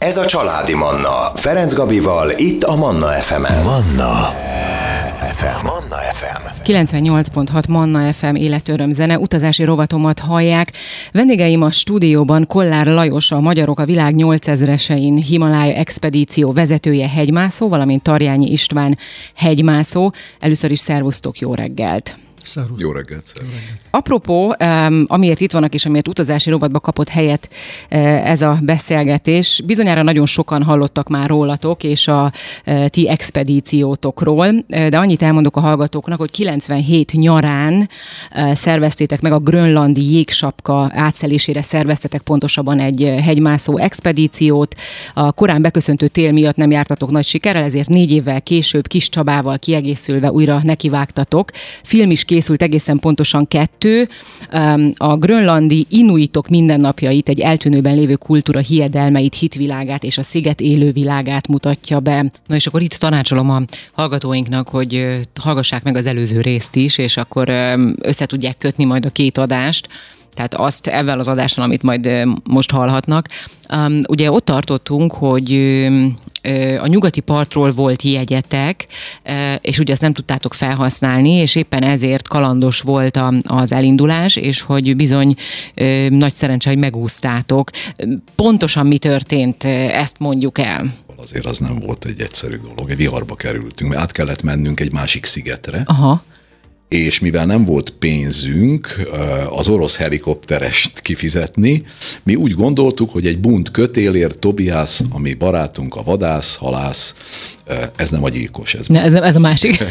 Ez a Családi Manna. Ferenc Gabival, itt a Manna FM-en. Manna FM. Manna FM. 98.6 Manna FM életöröm zene, utazási rovatomat hallják. Vendégeim a stúdióban Kollár Lajos, a Magyarok a világ 8000-esein Himalája expedíció vezetője, hegymászó, valamint Tarjányi István, hegymászó. Először is szervusztok, jó reggelt! Szervusz. Jó reggelt, szervusz. Apropó, amiért itt vannak és amiért utazási rovatba kapott helyet ez a beszélgetés, bizonyára nagyon sokan hallottak már rólatok és a ti expedíciótokról, de annyit elmondok a hallgatóknak, hogy 97 nyarán szerveztétek meg a grönlandi jégsapka átszelésére szerveztetek pontosabban egy hegymászó expedíciót. A korán beköszöntő tél miatt nem jártatok nagy sikerrel, ezért 4 évvel később Kis Csabával kiegészülve újra nekivágtatok. Film is készült, egészen pontosan 2. A grönlandi inuitok mindennapjait, egy eltűnőben lévő kultúra hiedelmeit, hitvilágát és a sziget élővilágát mutatja be. Na és akkor itt tanácsolom a hallgatóinknak, hogy hallgassák meg az előző részt is, és akkor össze tudják kötni majd a 2 adást. Tehát azt ezzel az adással, amit majd most hallhatnak. Ugye ott tartottunk, hogy a nyugati partról volt jegyetek, és ugye azt nem tudtátok felhasználni, és éppen ezért kalandos volt az elindulás, és hogy bizony nagy szerencse, hogy megúsztátok. Pontosan mi történt, ezt mondjuk el. Azért az nem volt egy egyszerű dolog. Egy viharba kerültünk, mert át kellett mennünk egy másik szigetre. Aha. És mivel nem volt pénzünk az orosz helikopterest kifizetni, mi úgy gondoltuk, hogy egy bunt kötélért Tobias, ami barátunk, a vadász, halász, ez nem a gyilkos. Ez a másik.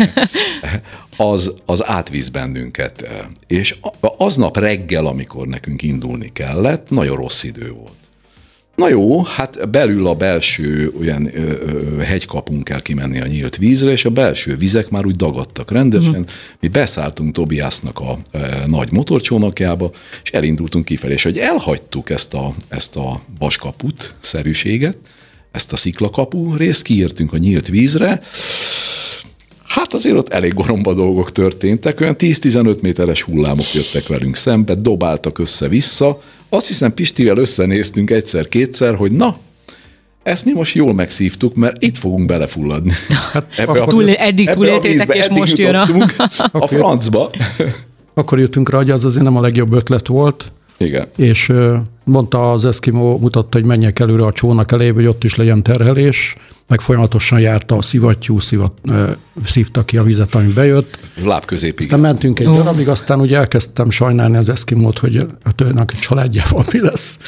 az átvisz bennünket. És aznap reggel, amikor nekünk indulni kellett, nagyon rossz idő volt. Na jó, hát belül a belső olyan hegykapun kell kimenni a nyílt vízre, és a belső vizek már úgy dagadtak rendesen. Mi beszálltunk Tobiasnak a nagy motorcsónakjába, és elindultunk kifelé. És hogy elhagytuk ezt a vaskaput szerűséget, ezt a sziklakapu részt, kiértünk a nyílt vízre, hát azért ott elég goromba dolgok történtek, olyan 10-15 méteres hullámok jöttek velünk szembe, dobáltak össze-vissza. Azt hiszem Pistivel összenéztünk egyszer-kétszer, hogy na, ezt mi most jól megszívtuk, mert itt fogunk belefulladni. Hát eddig túléltétek, és most jön a francba. Akkor jöttünk rá, hogy az azért nem a legjobb ötlet volt. Igen. És mondta az eszkimó, mutatta, hogy menjek előre a csónak elébe, hogy ott is legyen terhelés, meg folyamatosan járta a szivattyú, szívta ki a vizet, ami bejött. Lábközépig. Aztán mentünk egy darabig, aztán ugye elkezdtem sajnálni az eszkimót, hogy hát őnek egy családjával mi lesz.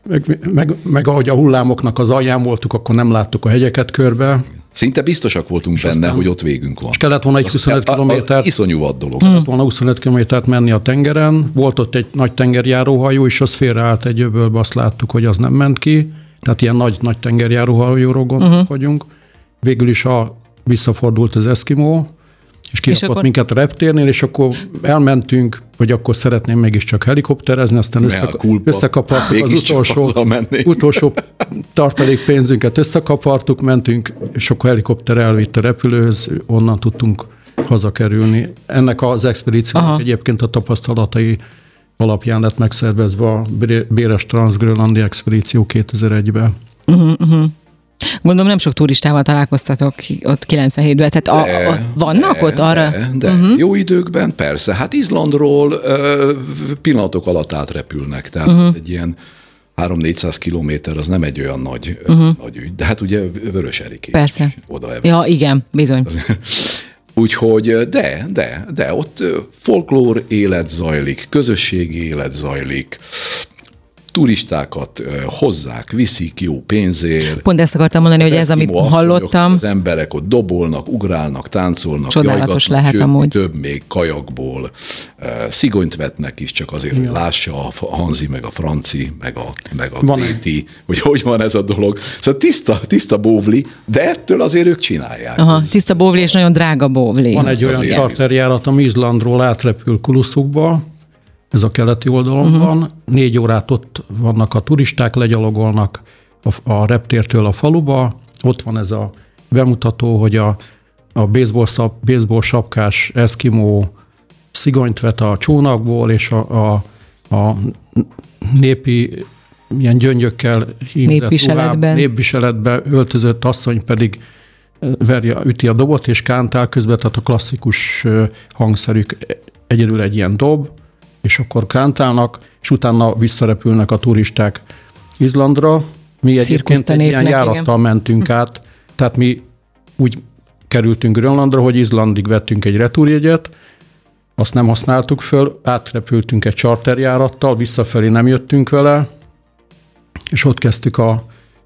Meg ahogy a hullámoknak az alján voltuk, akkor nem láttuk a hegyeket körbe. Szinte biztosak voltunk benne, hogy ott végünk van. És kellett volna egy 25 kilométert. Iszonyú vad dolog. Kellett volna 25 kilométert menni a tengeren. Volt ott egy nagy tengerjáróhajó, és az félreállt egy öbölbe, azt láttuk, hogy az nem ment ki. Tehát ilyen nagy tengerjáróhajóról gondolkodjunk. Végül is visszafordult az eszkimó, és kirakott minket a reptérnél, és akkor elmentünk, hogy akkor szeretném mégiscsak helikopterezni, aztán összekapartuk az utolsó tartalékpénzünket, összekapartuk, mentünk, és akkor helikopter elvitt a repülőhöz, onnan tudtunk hazakerülni. Ennek az expedíciónak egyébként a tapasztalatai alapján lett megszervezve a Béres Transgrönlandi expedíció 2001-ben. Gondolom nem sok turistával találkoztatok ott 97-ben, tehát vannak ott arra? De jó időkben persze. Hát Izlandról pillanatok alatt átrepülnek, tehát egy ilyen 300-400 kilométer, az nem egy olyan nagy ügy. De hát ugye Vörös-Erikén. Persze. Ja, igen, bizony. Úgyhogy de ott folklór élet zajlik, közösségi élet zajlik, turistákat hozzák, viszik jó pénzért. Pont ezt akartam mondani, hogy ez, amit hallottam. Az emberek ott dobolnak, ugrálnak, táncolnak, csodálatos lehet amúgy. Több még kajakból. Szigonyt vetnek is, csak azért, hogy lássa a Hanzi, meg a Franci, meg a Téti, hogy van ez a dolog. Szóval tiszta bóvli, de ettől azért ők csinálják. Aha, tiszta bóvli és nagyon drága bóvli. Van egy olyan charterjárat, ami Izlandról átrepül Kulusukba, ez a keleti oldalon van. 4 órát ott vannak a turisták, legyalogolnak a reptértől a faluba. Ott van ez a bemutató, hogy a baseball sapkás eszkimó szigonyt vet a csónakból, és a népi ilyen gyöngyökkel népviseletben. Népviseletben öltözött asszony pedig üti a dobot, és kántál közben, tehát a klasszikus hangszerük egyedül egy ilyen dob, és akkor kántálnak, és utána visszarepülnek a turisták Izlandra. Mi egyébként egy ilyen járattal mentünk át, tehát mi úgy kerültünk Grönlandra, hogy Izlandig vettünk egy retúrjegyet, azt nem használtuk föl, átrepültünk egy charterjárattal, visszafelé nem jöttünk vele, és ott kezdtük a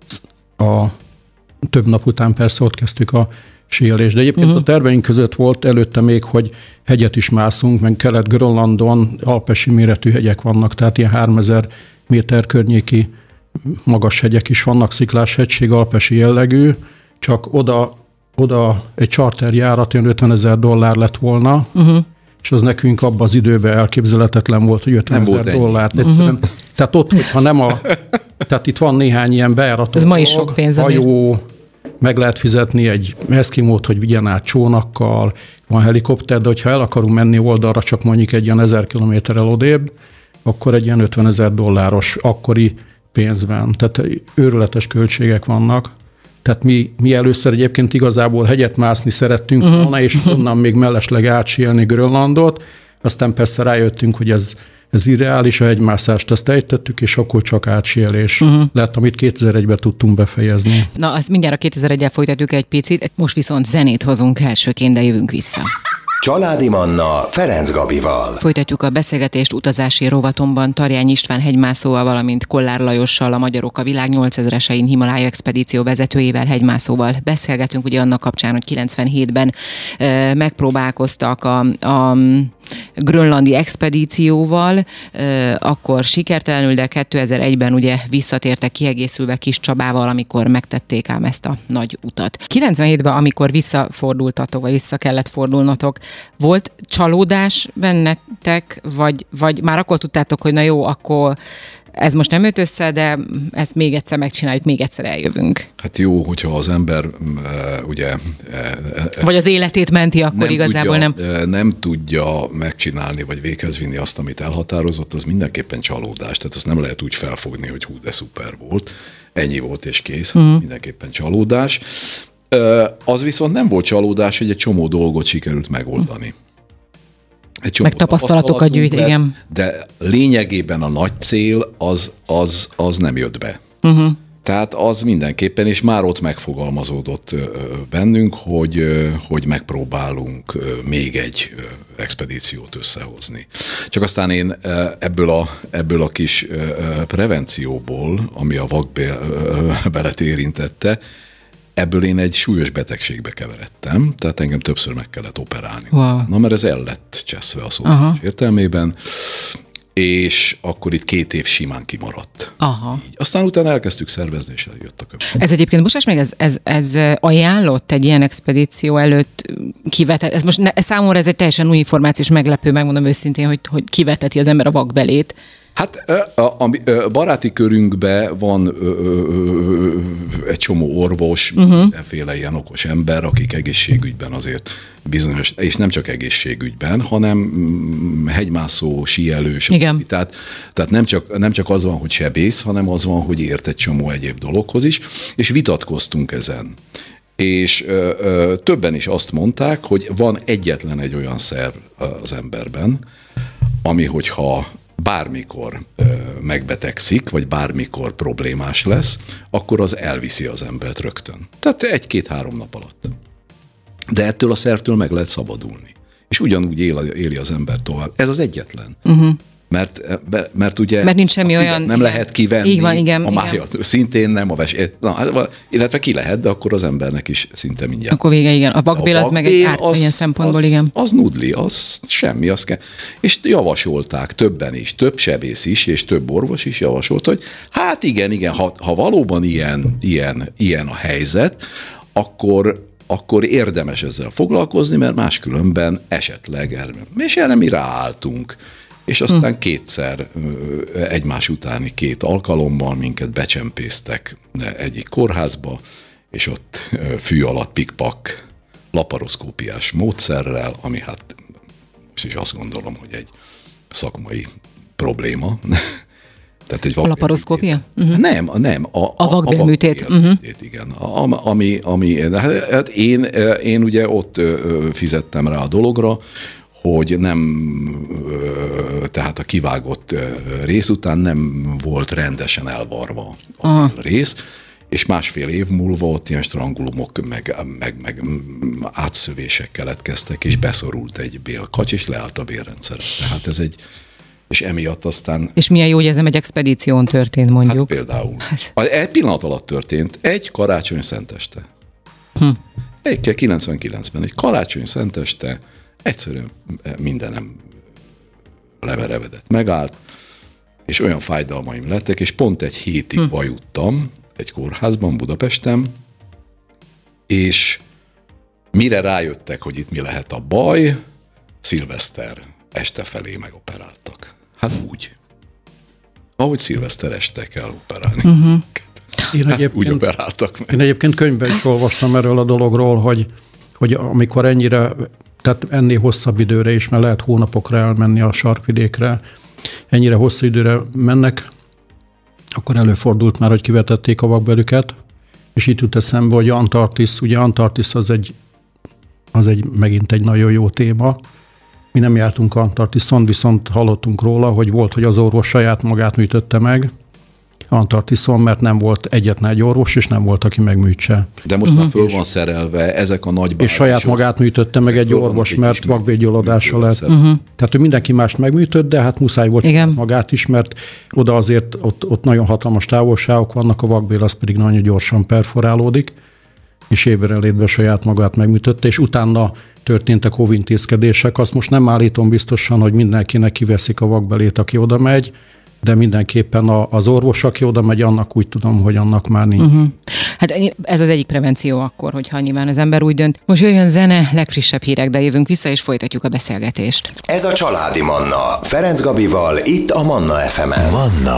több nap után persze ott kezdtük a síelést. De egyébként a terveink között volt előtte még, hogy hegyet is mászunk, meg Kelet-Grönlandon alpesi méretű hegyek vannak, tehát ilyen 3000 méter környéki magas hegyek is vannak, Sziklás hegység, alpesi jellegű, csak oda egy charterjárat ilyen $50,000 lett volna, és az nekünk abban az időben elképzelhetetlen volt, hogy $50,000. Tehát ott, hogyha tehát itt van néhány ilyen bejáratott ez ma is sok pénz, hajó, meg lehet fizetni egy eszkimót, hogy vigyen át csónakkal, van helikopter, de hogyha el akarunk menni oldalra csak mondjuk egy ilyen 1000 kilométerrel odébb, akkor egy ilyen $50,000 akkori pénzben. Tehát őrületes költségek vannak. Tehát mi először egyébként igazából hegyet mászni szerettünk volna, és onnan még mellesleg átsíelni Grönlandot. Aztán persze rájöttünk, hogy ez irreális, a hegymászást azt ejtettük, és akkor csak átsíelés lett, amit 2001-ben tudtunk befejezni. Na, azt mindjárt a 2001-el folytatjuk egy picit, most viszont zenét hozunk elsőként, de jövünk vissza. Családi Manna Ferenc Gabival. Folytatjuk a beszélgetést utazási rovatomban Tarjány István hegymászóval, valamint Kollár Lajossal, a Magyarok a világ 8000-esein Himalája expedíció vezetőjével, hegymászóval beszélgetünk, ugye annak kapcsán, hogy 97-ben megpróbálkoztak a grönlandi expedícióval, akkor sikertelenül, de 2001-ben ugye visszatértek kiegészülve Kis Csabával, amikor megtették ám ezt a nagy utat. 97-ben, amikor visszafordultatok, vagy vissza kellett fordulnotok, volt csalódás bennetek, vagy már akkor tudtátok, hogy na jó, akkor ez most nem jött össze, de ezt még egyszer megcsináljuk, még egyszer eljövünk. Hát jó, hogyha az ember ugye... Vagy az életét menti, akkor igazából nem tudja megcsinálni, vagy véghez vinni azt, amit elhatározott, az mindenképpen csalódás. Tehát azt nem lehet úgy felfogni, hogy hú, de szuper volt. Ennyi volt és kész. Mindenképpen csalódás. Az viszont nem volt csalódás, hogy egy csomó dolgot sikerült megoldani. Meg tapasztalatokat gyűjt, igen. De lényegében a nagy cél az nem jött be. Tehát az mindenképpen, és már ott megfogalmazódott bennünk, hogy megpróbálunk még egy expedíciót összehozni. Csak aztán én ebből a kis prevencióból, ami a vakbelet érintette, ebből én egy súlyos betegségbe keveredtem, tehát engem többször meg kellett operálni. Wow. Na, mert ez el lett cseszve a szó értelmében, és akkor itt 2 év simán kimaradt. Így. Aztán utána elkezdtük szervezni, és eljött a következő. Ez egyébként, bocsáss meg, ez ajánlott egy ilyen expedíció előtt kivetett, ez most számomra ez egy teljesen új információ, és meglepő, megmondom őszintén, hogy kiveteti az ember a vakbelét. Hát a baráti körünkben van egy csomó orvos, mindenféle ilyen okos ember, akik egészségügyben azért bizonyos, és nem csak egészségügyben, hanem hegymászó, síelő, stb. Tehát nem csak az van, hogy sebész, hanem az van, hogy ért egy csomó egyéb dologhoz is, és vitatkoztunk ezen. És többen is azt mondták, hogy van egyetlen egy olyan szerv az emberben, ami hogyha bármikor megbetegszik, vagy bármikor problémás lesz, akkor az elviszi az embert rögtön. Tehát 1-2-3 nap alatt. De ettől a szervtől meg lehet szabadulni. És ugyanúgy éli az ember tovább. Ez az egyetlen. Mert ugye mert nincs semmi olyan, nem lehet kivenni, így van, igen, a májat szintén nem, illetve ki lehet, de akkor az embernek is szinte mindjárt. Akkor vége, igen. A vakbél az meg egy ilyen szempontból, igen. Az nudli, az semmi, az kell. És javasolták többen is, több sebész is, és több orvos is javasolt, hogy hát igen, ha valóban ilyen a helyzet, akkor érdemes ezzel foglalkozni, mert máskülönben esetleg és erre mi ráálltunk. És aztán 2-szer egymás utáni 2 alkalommal minket becsempésztek egyik kórházba, és ott fű alatt pikpak laparoszkópiás módszerrel, ami hát is azt gondolom, hogy egy szakmai probléma. Tehát egy laparoszkópia? Nem. A vakbélműtét. Igen. Hát én ugye ott fizettem rá a dologra, hogy tehát a kivágott rész után nem volt rendesen elvarva a rész, és másfél év múlva ott ilyen strangulumok, meg átszövések keletkeztek, és beszorult egy bélkacs, és leállt a bélrendszer. Tehát ez és emiatt aztán... És milyen jó, hogy ez nem egy expedíción történt, mondjuk. Hát például. Egy pillanat alatt történt, egy karácsony szenteste. 99-ben egy karácsony szenteste, egyszerűen mindenem leverevedett, megállt, és olyan fájdalmaim lettek, és pont egy hétig vajudtam egy kórházban Budapesten, és mire rájöttek, hogy itt mi lehet a baj, szilveszter este felé megoperáltak. Hát úgy. Ahogy szilveszter este kell operálni. Úgy operáltak meg. Én egyébként könyvben is olvastam erről a dologról, hogy amikor ennyire, tehát ennél hosszabb időre is, mert lehet hónapokra elmenni a sarkvidékre, ennyire hosszú időre mennek, akkor előfordult már, hogy kivetették a vakbelüket, és itt jut eszembe, hogy Antarktisz az egy megint egy nagyon jó téma. Mi nem jártunk Antarktiszon, viszont hallottunk róla, hogy volt, hogy az orvos saját magát műtötte meg Antarktiszon, mert nem volt egyetlen egy orvos, és nem volt, aki megműtse. De most már föl van szerelve ezek a nagy bázisok. És saját magát műtötte meg egy orvos, mert vakbélgyulladása lett. Tehát ő mindenki mást megműtött, de hát muszáj volt magát is, mert oda azért ott nagyon hatalmas távolságok vannak, a vakbél az pedig nagyon gyorsan perforálódik, és éberrelétben saját magát megműtötte, és utána történtek óvintézkedések. Azt most nem állítom biztosan, hogy mindenkinek kiveszik a vakbelét, aki oda megy, de mindenképpen az orvos, aki oda megy, annak úgy tudom, hogy annak már nincs. Hát ez az egyik prevenció akkor, hogyha nyilván az ember úgy dönt. Most jöjjön zene, legfrissebb hírek, de jövünk vissza, és folytatjuk a beszélgetést. Ez a Családi Manna. Ferenc Gabival, itt a Manna FM-en. Manna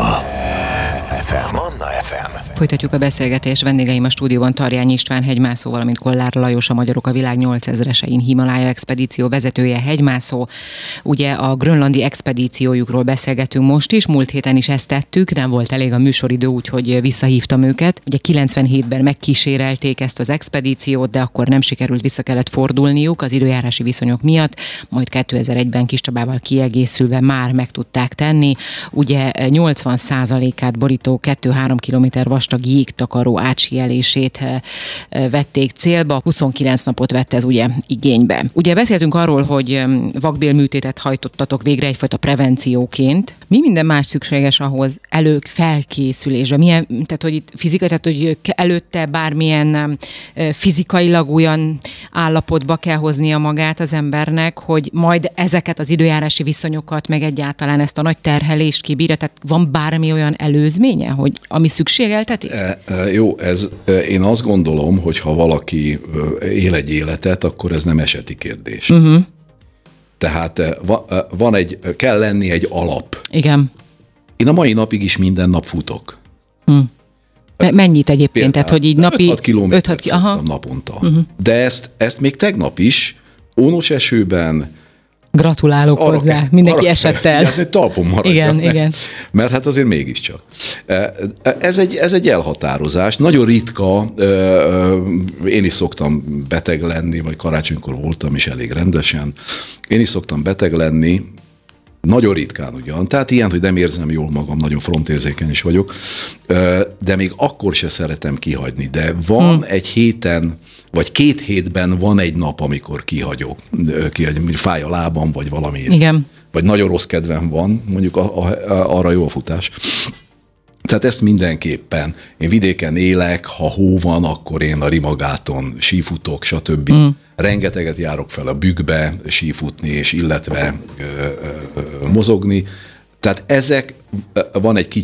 FM. Folytatjuk a beszélgetést. Vendégeim a stúdióban Tarjány István hegymászó, valamint Kollár Lajos, a Magyarok a világ 8000-esein Himalája expedíció vezetője, hegymászó. Ugye a grönlandi expedíciójukról beszélgetünk most is, múlt héten is ezt tettük, nem volt elég a műsoridő, úgyhogy visszahívtam őket. Ugye 97-ben megkísérelték ezt az expedíciót, de akkor nem sikerült, vissza kellett fordulniuk az időjárási viszonyok miatt, majd 2001-ben Kis Csabával kiegészülve már meg tudták tenni. Ugye 80%-át borító 2-3 kilométer vastag jégtakaró átsíelését vették célba. 29 napot vett ez ugye igénybe. Ugye beszéltünk arról, hogy vakbélműtétet hajtottatok végre egyfajta prevencióként. Mi minden más szükséges ahhoz felkészülésre? Milyen, tehát hogy itt fizikai, tehát hogy előtte bármilyen fizikailag olyan állapotba kell hoznia magát az embernek, hogy majd ezeket az időjárási viszonyokat, meg egyáltalán ezt a nagy terhelést kibírja, tehát van bármi olyan előzménye, hogy ami szükségelteti? Jó, én azt gondolom, hogy ha valaki él egy életet, akkor ez nem eseti kérdés. Tehát kell lenni egy alap. Igen. Én a mai napig is minden nap futok. Mennyit egyébként? Például, tehát, hogy így napi 5-6 kilométert naponta. De ezt még tegnap is ónos esőben. Gratulálok hozzá, mindenki esett el. Ez egy talpon maradja. Igen. Mert hát azért mégiscsak. Ez egy elhatározás. Nagyon ritka, én is szoktam beteg lenni, vagy karácsonykor voltam is elég rendesen. Én is szoktam beteg lenni, nagyon ritkán ugyan. Tehát ilyen, hogy nem érzem jól magam, nagyon frontérzékeny is vagyok, de még akkor se szeretem kihagyni. De van egy héten, vagy 2 hétben van egy nap, amikor kihagyok, fáj a lábam, vagy valami. Igen. Vagy nagyon rossz kedvem van, mondjuk arra jó a futás. Tehát ezt mindenképpen. Én vidéken élek, ha hó van, akkor én a Rimagáton sífutok, stb. Rengeteget járok fel a Bükkbe sífutni, és illetve mozogni. Tehát ezek, van egy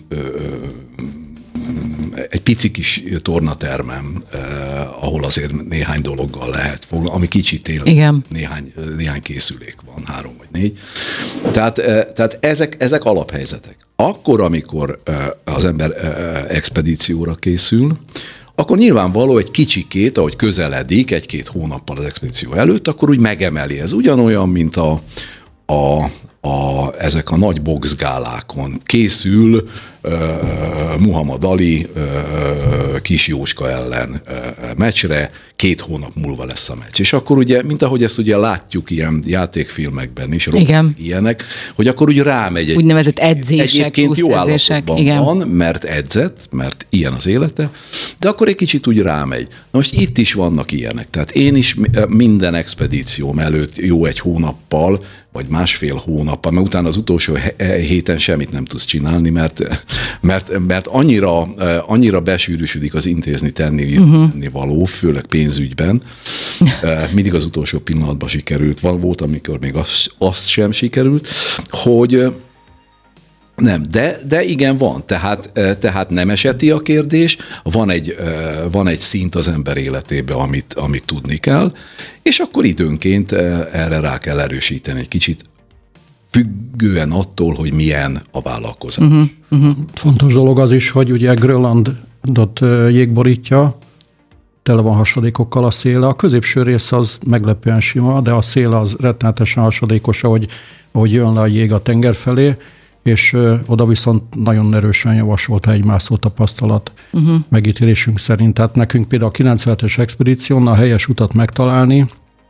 pici kis tornatermem, ahol azért néhány dologgal lehet foglalkozni, ami kicsi tényleg, néhány készülék van, 3 vagy 4. Tehát ezek alaphelyzetek. Akkor, amikor az ember expedícióra készül, akkor nyilvánvaló egy kicsikét, ahogy közeledik 1-2 hónappal az expedíció előtt, akkor úgy megemeli. Ez ugyanolyan, mint ezek a nagy boxgálákon készül Muhammad Ali Kis Jóska ellen meccsre, 2 hónap múlva lesz a meccs. És akkor ugye, mint ahogy ezt ugye látjuk ilyen játékfilmekben is, ilyenek, hogy akkor úgy rámegy egy... Úgynevezett edzések, egyébként jó állapotban van, mert edzett, mert ilyen az élete, de akkor egy kicsit úgy rámegy. Na most itt is vannak ilyenek. Tehát én is minden expedícióm előtt jó 1 hónappal, vagy 1,5 hónappal, mert utána az utolsó héten semmit nem tudsz csinálni, mert annyira besűrűsödik az intézni, tenni való, főleg pénzügyben. Mindig az utolsó pillanatban sikerült. Volt, amikor még azt sem sikerült, hogy nem, de igen van. Tehát nem eseti a kérdés, van egy szint az ember életében, amit tudni kell, és akkor időnként erre rá kell erősíteni egy kicsit, függően attól, hogy milyen a vállalkozás. Fontos dolog az is, hogy ugye Grönlandot jégborítja, tele van hasadékokkal a széle. A középső rész az meglepően sima, de a széle az rettenetesen hasadékos, ahogy jön le a jég a tenger felé, és oda viszont nagyon erősen javasolt hegymászó tapasztalat megítélésünk szerint. Tehát nekünk például a 97-es expedíciónál helyes utat megtalálni,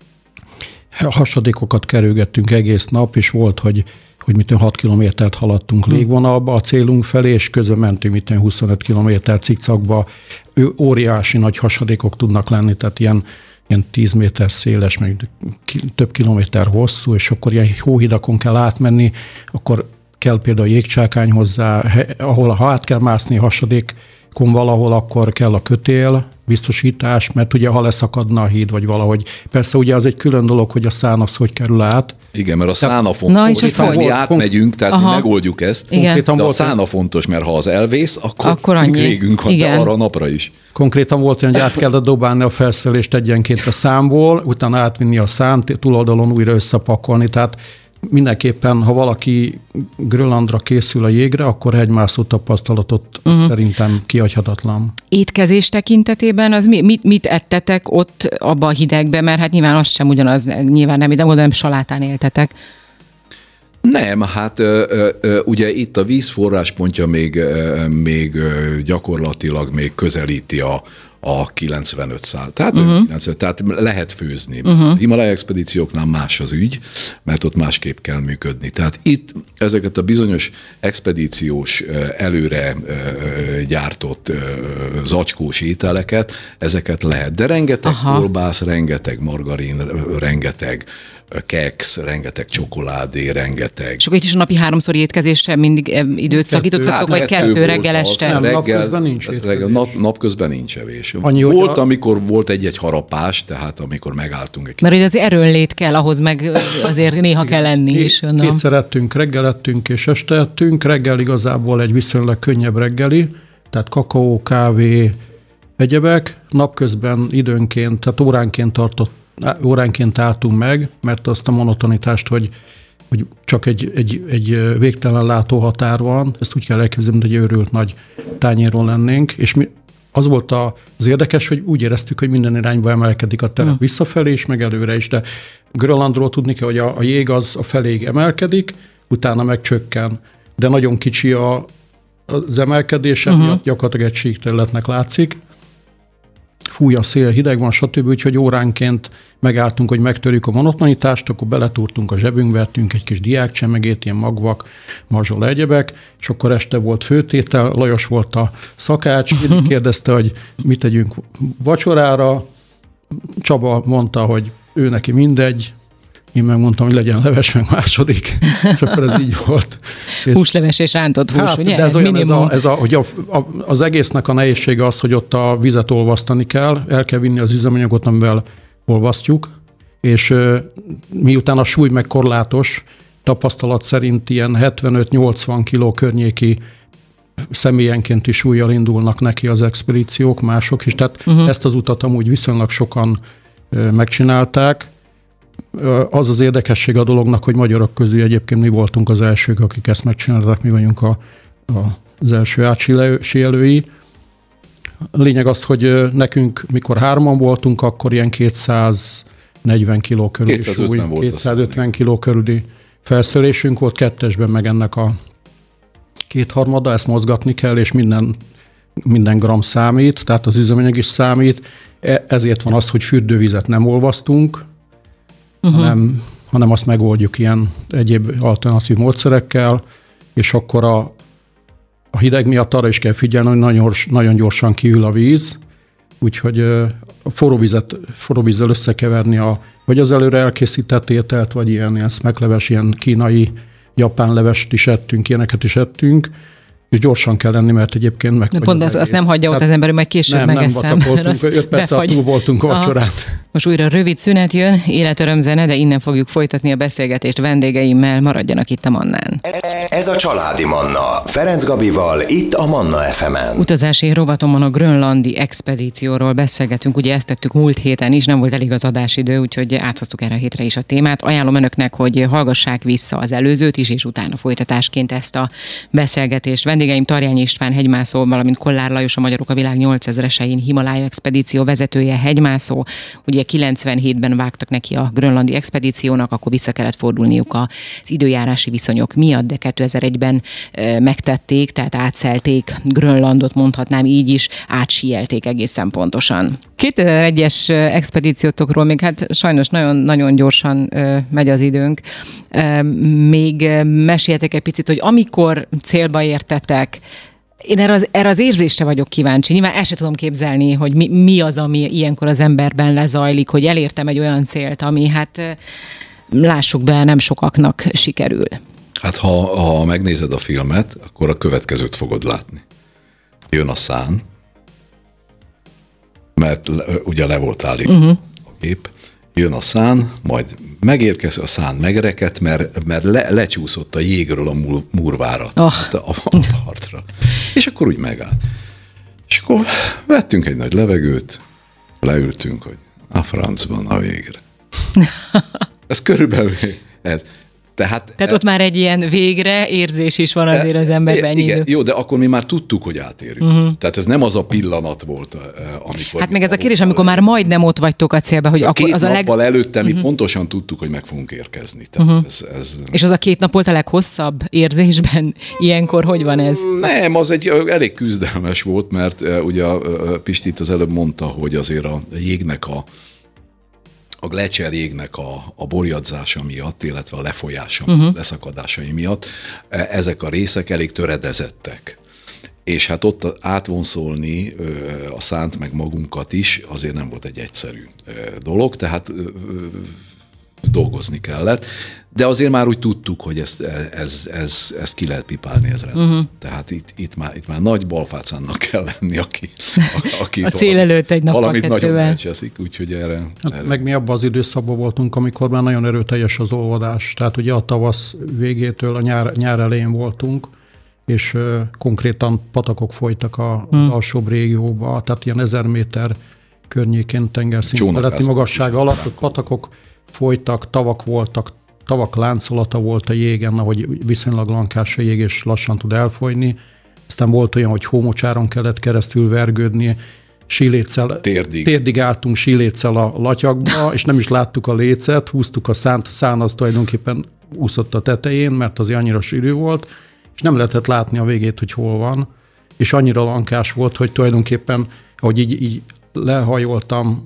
hasadékokat kerülgettünk egész nap, és volt, hogy 6 kilométert haladtunk légvonalba a célunk felé, és közben mentünk 25 kilométer cikcakba. Óriási nagy hasadékok tudnak lenni, tehát ilyen 10 méter széles, meg több kilométer hosszú, és akkor ilyen hóhidakon kell átmenni, akkor kell például jégcsákány hozzá, ha át kell mászni hasadékon valahol, akkor kell a kötél, biztosítás, mert ugye ha leszakadna a híd, vagy valahogy. Persze ugye az egy külön dolog, hogy a szánasz hogy kerül át. Igen, mert a szána fontos, hogy mi átmegyünk, tehát mi megoldjuk ezt, de a szána fontos, mert ha az elvész, akkor végünk arra a napra is. Konkrétan volt olyan, hogy át kellett dobálni a felszerelést egyenként a számból, utána átvinni a szánt, túloldalon újra összepakolni, tehát mindenképpen, ha valaki Grönlandra készül a jégre, akkor hegymászó tapasztalatot szerintem kihagyhatatlan. Étkezés tekintetében az mit ettetek ott abba a hidegbe, mert hát nyilván az sem ugyanaz, nyilván nem salátán éltetek. Nem, hát ugye itt a víz forráspontja még gyakorlatilag még közelíti a 95%. Tehát lehet főzni. Himalaya expedícióknál más az ügy, mert ott másképp kell működni. Tehát itt ezeket a bizonyos expedíciós előre gyártott zacskós ételeket, ezeket lehet. De rengeteg kolbász, rengeteg margarin, rengeteg keksz, rengeteg csokoládé, rengeteg. És akkor itt is a napi 3-szori étkezésre mindig időt szakítottatok, vagy 2 reggel este? Napközben nincs napközben nincs evés. Volt, amikor volt egy-egy harapás, tehát amikor megálltunk egy. Mert ugye az erőnlét kell, ahhoz meg azért néha kell lenni is. Kétszer ettünk, reggel ettünk és este ettünk. Reggel igazából egy viszonylag könnyebb reggeli, tehát kakaó, kávé, egyebek. Napközben időnként, tehát óránként álltunk meg, mert azt a monotonitást, hogy csak egy végtelen látóhatár van, ezt úgy kell elképzelni, hogy egy őrült nagy tányéron lennénk, és az volt az érdekes, hogy úgy éreztük, hogy minden irányba emelkedik a terep visszafelé is, meg előre is, de Grönlandról tudni kell, hogy a jég az a feléig emelkedik, utána meg csökken, de nagyon kicsi az emelkedése, miatt gyakorlatilag egy síkterületnek látszik. Fúj a szél, hideg van, stb. Úgyhogy óránként megálltunk, hogy megtörjük a monotonitást, akkor beletúrtunk a zsebünkbe, vettünk egy kis diákcsemegét, ilyen magvak, mazsola, egyebek, és akkor este volt főtétel, Lajos volt a szakács, kérdezte, hogy mit tegyünk vacsorára, Csaba mondta, hogy ő neki mindegy, én megmondtam, hogy legyen leves, meg második, és akkor ez így volt. Húsleves és rántott hús, ugye? De ez olyan, hogy az egésznek a nehézsége az, hogy ott a vizet olvasztani kell, el kell vinni az üzemanyagot, amivel olvasztjuk, és miután a súly meg korlátos, tapasztalat szerint ilyen 75-80 kiló környéki személyenkénti súllyal indulnak neki az expedíciók, mások is, tehát ezt az utat amúgy viszonylag sokan megcsinálták. Az az érdekesség a dolognak, hogy magyarok közül egyébként mi voltunk az elsők, akik ezt megcsinálták, mi vagyunk az első átsíelői. Lényeg az, hogy nekünk, mikor 3-an voltunk, akkor ilyen 240 kiló körüli 250 súly, 250 kiló körüli felszerelésünk volt, 2-esben meg ennek a 2/3, ezt mozgatni kell, és minden gram számít, tehát az üzemanyag is számít. Ezért van az, hogy fürdővizet nem olvasztunk, hanem azt megoldjuk ilyen egyéb alternatív módszerekkel, és akkor a hideg miatt arra is kell figyelni, hogy nagyon gyorsan kiül a víz, úgyhogy a forró vízzel összekeverni vagy az előre elkészített ételt, vagy ilyen szmekleves, ilyen kínai, japán levest is ettünk, ilyeneket is ettünk, és gyorsan kell lenni, mert egyébként meg. Pont azt nem hagyja ott az ember, hogy majd később megeszem. Nem vacakoltunk, 5 perccel túl voltunk vacsorán. Most újra rövid szünet jön, életörömzene, de innen fogjuk folytatni a beszélgetést vendégeimmel, maradjanak itt a Mannán. Ez a Családi Manna, Ferenc Gabival, itt a Manna FM-en. Utazási rovatomon a grönlandi expedícióról beszélgetünk, ugye ezt tettük múlt héten is, nem volt elég az adásidő, úgyhogy áthoztuk erre a hétre is a témát. Ajánlom önöknek, hogy hallgassák vissza az előzőt is, és utána folytatásként ezt a beszélgetést. Vendégeim Tarjányi István hegymászó, valamint Kollár Lajos, a Magyarok a világ 8000-esein Himalája expedíció vezetője, hegymászó. Ugye 97-ben vágtak neki a grönlandi expedíciónak, akkor vissza kellett fordulniuk az időjárási viszonyok miatt, de 2001-ben megtették, tehát átszelték Grönlandot, mondhatnám így is, átsielték egészen pontosan. 2001-es expedíciótokról még hát sajnos nagyon gyorsan megy az időnk. Még meséltek egy picit, hogy amikor célba értetek, én erre az érzésre vagyok kíváncsi. Nyilván el sem tudom képzelni, hogy mi az, ami ilyenkor az emberben lezajlik, hogy elértem egy olyan célt, ami hát lássuk be, nem sokaknak sikerül. Hát ha megnézed a filmet, akkor a következőt fogod látni. Jön a szán, mert ugye le volt állítva a gép, jön a szán, majd megérkezik, a szán megrekedt, mert lecsúszott a jégről a murvára, a partra. És akkor úgy megállt. És akkor vettünk egy nagy levegőt, leültünk, hogy a francban a végre. Ez körülbelül ez. Tehát ott már egy ilyen végre érzés is van azért az emberben. Igen, jó, de akkor mi már tudtuk, hogy átérünk. Tehát ez nem az a pillanat volt, amikor... Hát meg ez a kérdés, amikor már majdnem ott vagytok a célba, hogy akkor az a nappal előtte mi pontosan tudtuk, hogy meg fogunk érkezni. Tehát És az a 2 nap volt a leghosszabb érzésben? Ilyenkor hogy van ez? Nem, az egy elég küzdelmes volt, mert ugye Pisti itt az előbb mondta, hogy azért a jégnek a Gletscher jégnek a borjadzása miatt, illetve a lefolyása, leszakadásai miatt ezek a részek elég töredezettek. És hát ott átvonszolni a szánt, meg magunkat is azért nem volt egy egyszerű dolog, tehát dolgozni kellett. De azért már úgy tudtuk, hogy ezt ki lehet pipálni ezre. Tehát itt már nagy balfácánnak kell lenni, aki a cél előtt egy nappal valamit nagyon elcseszik, úgyhogy erre. Meg mi abban az időszakban voltunk, amikor már nagyon erőteljes az olvadás. Tehát ugye a tavasz végétől a nyár elején voltunk, és konkrétan patakok folytak az alsóbb régióba, tehát ilyen 1000 méter környékén tengerszint feletti magasság alatt patakok folytak, tavak láncolata volt a jégen, ahogy viszonylag lankás a jég, és lassan tud elfolyni. Aztán volt olyan, hogy hómocsáron kellett keresztül vergődni, térdig álltunk síléccel a latyagba, és nem is láttuk a lécet, húztuk a szánt, a szán az tulajdonképpen úszott a tetején, mert azért annyira sűrű volt, és nem lehetett látni a végét, hogy hol van, és annyira lankás volt, hogy tulajdonképpen, ahogy így lehajoltam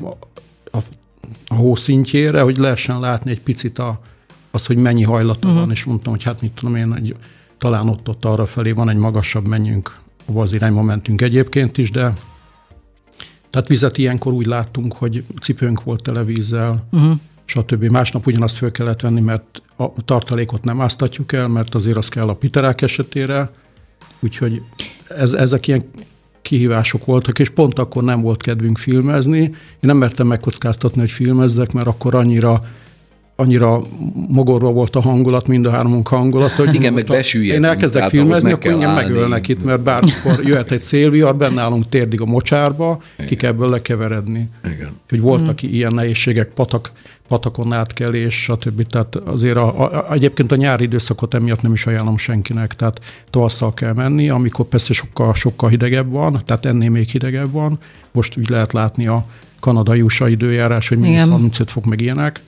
a hó szintjére, hogy lehessen látni egy picit az, hogy mennyi hajlata van, és mondtam, hogy hát mit tudom én, talán ott arra felé van egy magasabb, menjünk, abba az irányba mentünk egyébként is, de tehát vizet ilyenkor úgy láttunk, hogy cipőnk volt tele vízzel, stb. Másnap ugyanazt föl kellett venni, mert a tartalékot nem áztatjuk el, mert azért az kell a piterák esetére, úgyhogy ezek ilyen kihívások voltak, és pont akkor nem volt kedvünk filmezni. Én nem mertem megkockáztatni, hogy filmezzek, mert akkor annyira mogorva volt a hangulat, mind a hármunk hangulata, hogy igen, meg besüllyedünk. Én elkezdek filmezni, akkor engem megölnek itt, mert bármikor jöhet egy szélvihar, benne állunk térdig a mocsárba, ki kell ebből lekeveredni. Igen. Hogy voltak ilyen nehézségek, patakon átkelés, stb. Tehát azért egyébként a nyári időszakot emiatt nem is ajánlom senkinek, tehát tavasszal kell menni, amikor persze sokkal hidegebb van, tehát ennél még hidegebb van. Most úgy lehet látni a kanadai USA időjárás, hogy -35 fok meg ilyenek.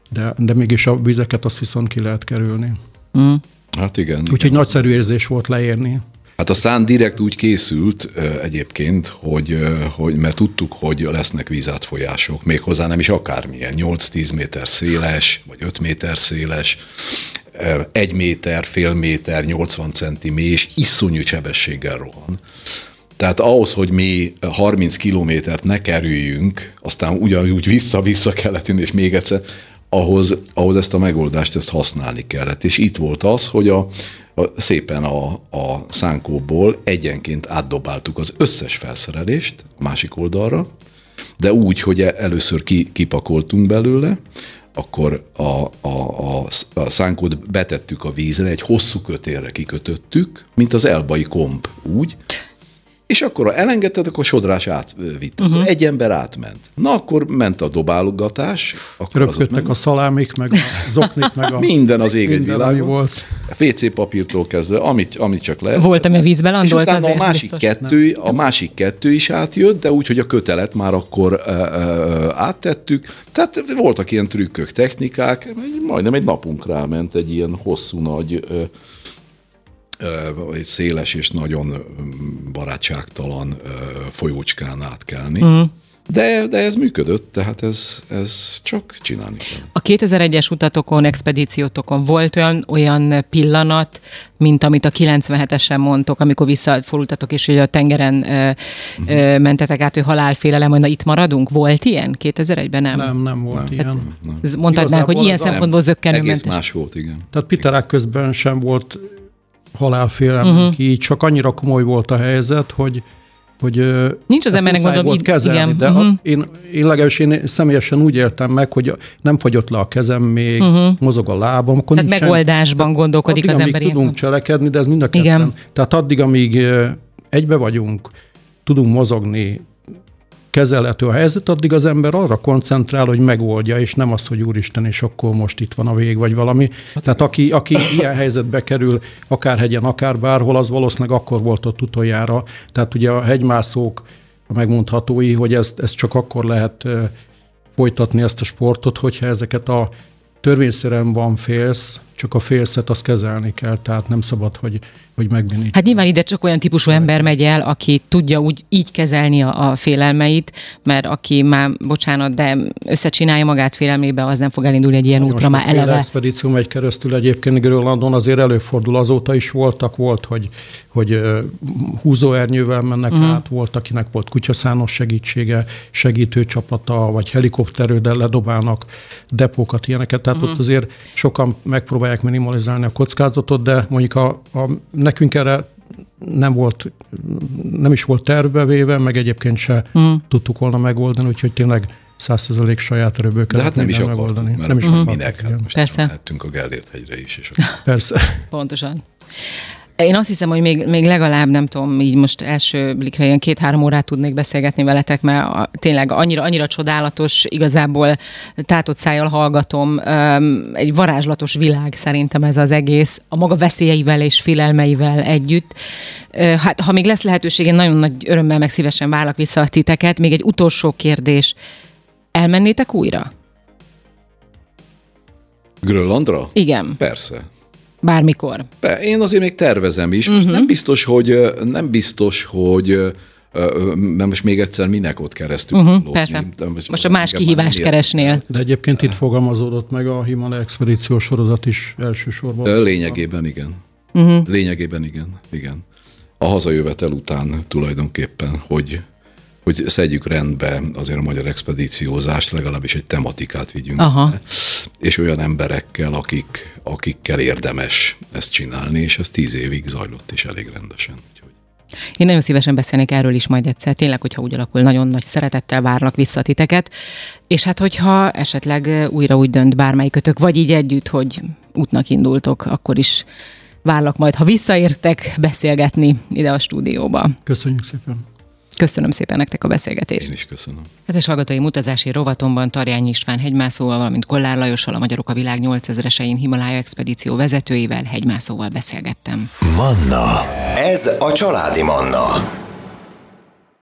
de mégis a vizeket azt viszont ki lehet kerülni. Hát igen. Úgyhogy nagyszerű érzés volt leérni. Hát a szán direkt úgy készült egyébként, hogy mert tudtuk, hogy lesznek vízátfolyások, méghozzá nem is akármilyen, 8-10 méter széles, vagy 5 méter széles, 1 méter, fél méter, 80 centi mély, és iszonyú sebességgel rohan. Tehát ahhoz, hogy mi 30 kilométert ne kerüljünk, aztán ugyanúgy vissza-vissza kellett jönni, és még egyszer, ahhoz ezt a megoldást ezt használni kellett. És itt volt az, hogy szépen a szánkóból egyenként átdobáltuk az összes felszerelést a másik oldalra, de úgy, hogy először kipakoltunk belőle, akkor a szánkót betettük a vízre, egy hosszú kötélre kikötöttük, mint az elbai komp, úgy, és akkor ha elengedted, akkor Sodrás átvitt. Egy ember átment. Na, akkor ment a dobálgatás. Röpködtek a szalámik, meg a zoknik, meg a... Minden az ég egy világon. Volt. A WC papírtól kezdve, amit csak lehet. Volt, ami a vízbe landolt, és utána a másik kettő is átjött, de úgy, hogy a kötelet már akkor áttettük. Tehát voltak ilyen trükkök, technikák, majdnem egy napunk ráment egy ilyen hosszú, nagy... egy széles és nagyon barátságtalan folyócskán átkelni. De ez működött, tehát ez csak csinálni kell. A 2001-es utatokon, expedíciótokon volt olyan pillanat, mint amit a 97-esen mondtok, amikor visszafordultatok, és hogy a tengeren mentetek át, hogy halálfélelem, hogy na itt maradunk? Volt ilyen 2001-ben? Nem volt ilyen. Mondhatnánk, hogy ilyen szempontból zökkenőmentes. Egész más volt, igen. Tehát Piterák közben sem volt halálfélelem, így csak annyira komoly volt a helyzet, hogy nincs az embernek gondolom, kezelni, igen. De én legalábbis személyesen úgy éltem meg, hogy nem fagyott le a kezem még, mozog a lábam. Akkor tehát megoldásban gondolkodik addig, az ember. Addig, tudunk cselekedni, de ez mind a ketten. Tehát addig, amíg egybe vagyunk, tudunk mozogni, kezelhető a helyzet, addig az ember arra koncentrál, hogy megoldja, és nem az, hogy úristen, és akkor most itt van a vég, vagy valami. Tehát aki ilyen helyzetbe kerül, akár hegyen, akár bárhol, az valószínűleg akkor volt ott utoljára. Tehát ugye a hegymászók, a megmondhatói, hogy ezt csak akkor lehet folytatni ezt a sportot, hogyha ezeket a törvényszerűen van félsz, csak a félszet azt kezelni kell, tehát nem szabad, hogy megbénítsa. Hát nyilván ide csak olyan típusú ember megy el, aki tudja így kezelni a félelmeit, mert aki már, bocsánat, de összecsinálja magát félelmébe, az nem fog elindulni egy ilyen útra már eleve. Az expedíció megy keresztül egyébként Grönlandon, azért előfordul, azóta is volt, hogy húzóernyővel mennek át, volt, akinek volt kutyaszános segítsége, segítőcsapata, vagy helikopterrel ledobálnak depókat, ilyeneket. Tehát ott azért sokan megpróbálják minimalizálni a kockázatot, de mondjuk nekünk erre nem is volt tervbe véve, meg egyébként se tudtuk volna megoldani, úgyhogy tényleg 100% saját erőből kellett megoldani. Mert nem is minek? Hát most mehettünk a Gellért hegyre is. És persze. Pontosan. Én azt hiszem, hogy még legalább, nem tudom, így most első blikre ilyen 2-3 órát tudnék beszélgetni veletek, mert tényleg annyira csodálatos, igazából tátott szájjal hallgatom, egy varázslatos világ szerintem ez az egész, a maga veszélyeivel és félelmeivel együtt. Hát, ha még lesz lehetőség, én nagyon nagy örömmel meg szívesen várlak vissza a titeket. Még egy utolsó kérdés. Elmennétek újra? Grönlandra? Igen. Persze. Bármikor. Én azért még tervezem is. Most nem biztos, hogy mert most még egyszer minek ott keresztül lógni. Persze. Most a más kihívást keresnél. De egyébként itt fogalmazódott meg a Himalaya expedíciós sorozat is elsősorban. Lényegében igen. Lényegében igen. A hazajövetel után tulajdonképpen, hogy szedjük rendbe azért a magyar expedíciózást, legalábbis egy tematikát vigyünk. És olyan emberekkel, akikkel érdemes ezt csinálni, és ez 10 évig zajlott is elég rendesen. Én nagyon szívesen beszélnék erről is majd egyszer. Tényleg, hogyha úgy alakul, nagyon nagy szeretettel várlak vissza titeket. És hát, hogyha esetleg újra úgy dönt bármelyikötök, vagy így együtt, hogy útnak indultok, akkor is várlak majd, ha visszaértek beszélgetni ide a stúdióba. Köszönjük szépen. Köszönöm szépen nektek a beszélgetést. Én is köszönöm. Kedves hallgatóim, utazási rovatomban Tarjányi István hegymászóval, valamint Kollár Lajossal, a Magyarok a világ 8000-esein Himalaya expedíció vezetőjével, hegymászóval beszélgettem. Manna. Ez a családi Manna.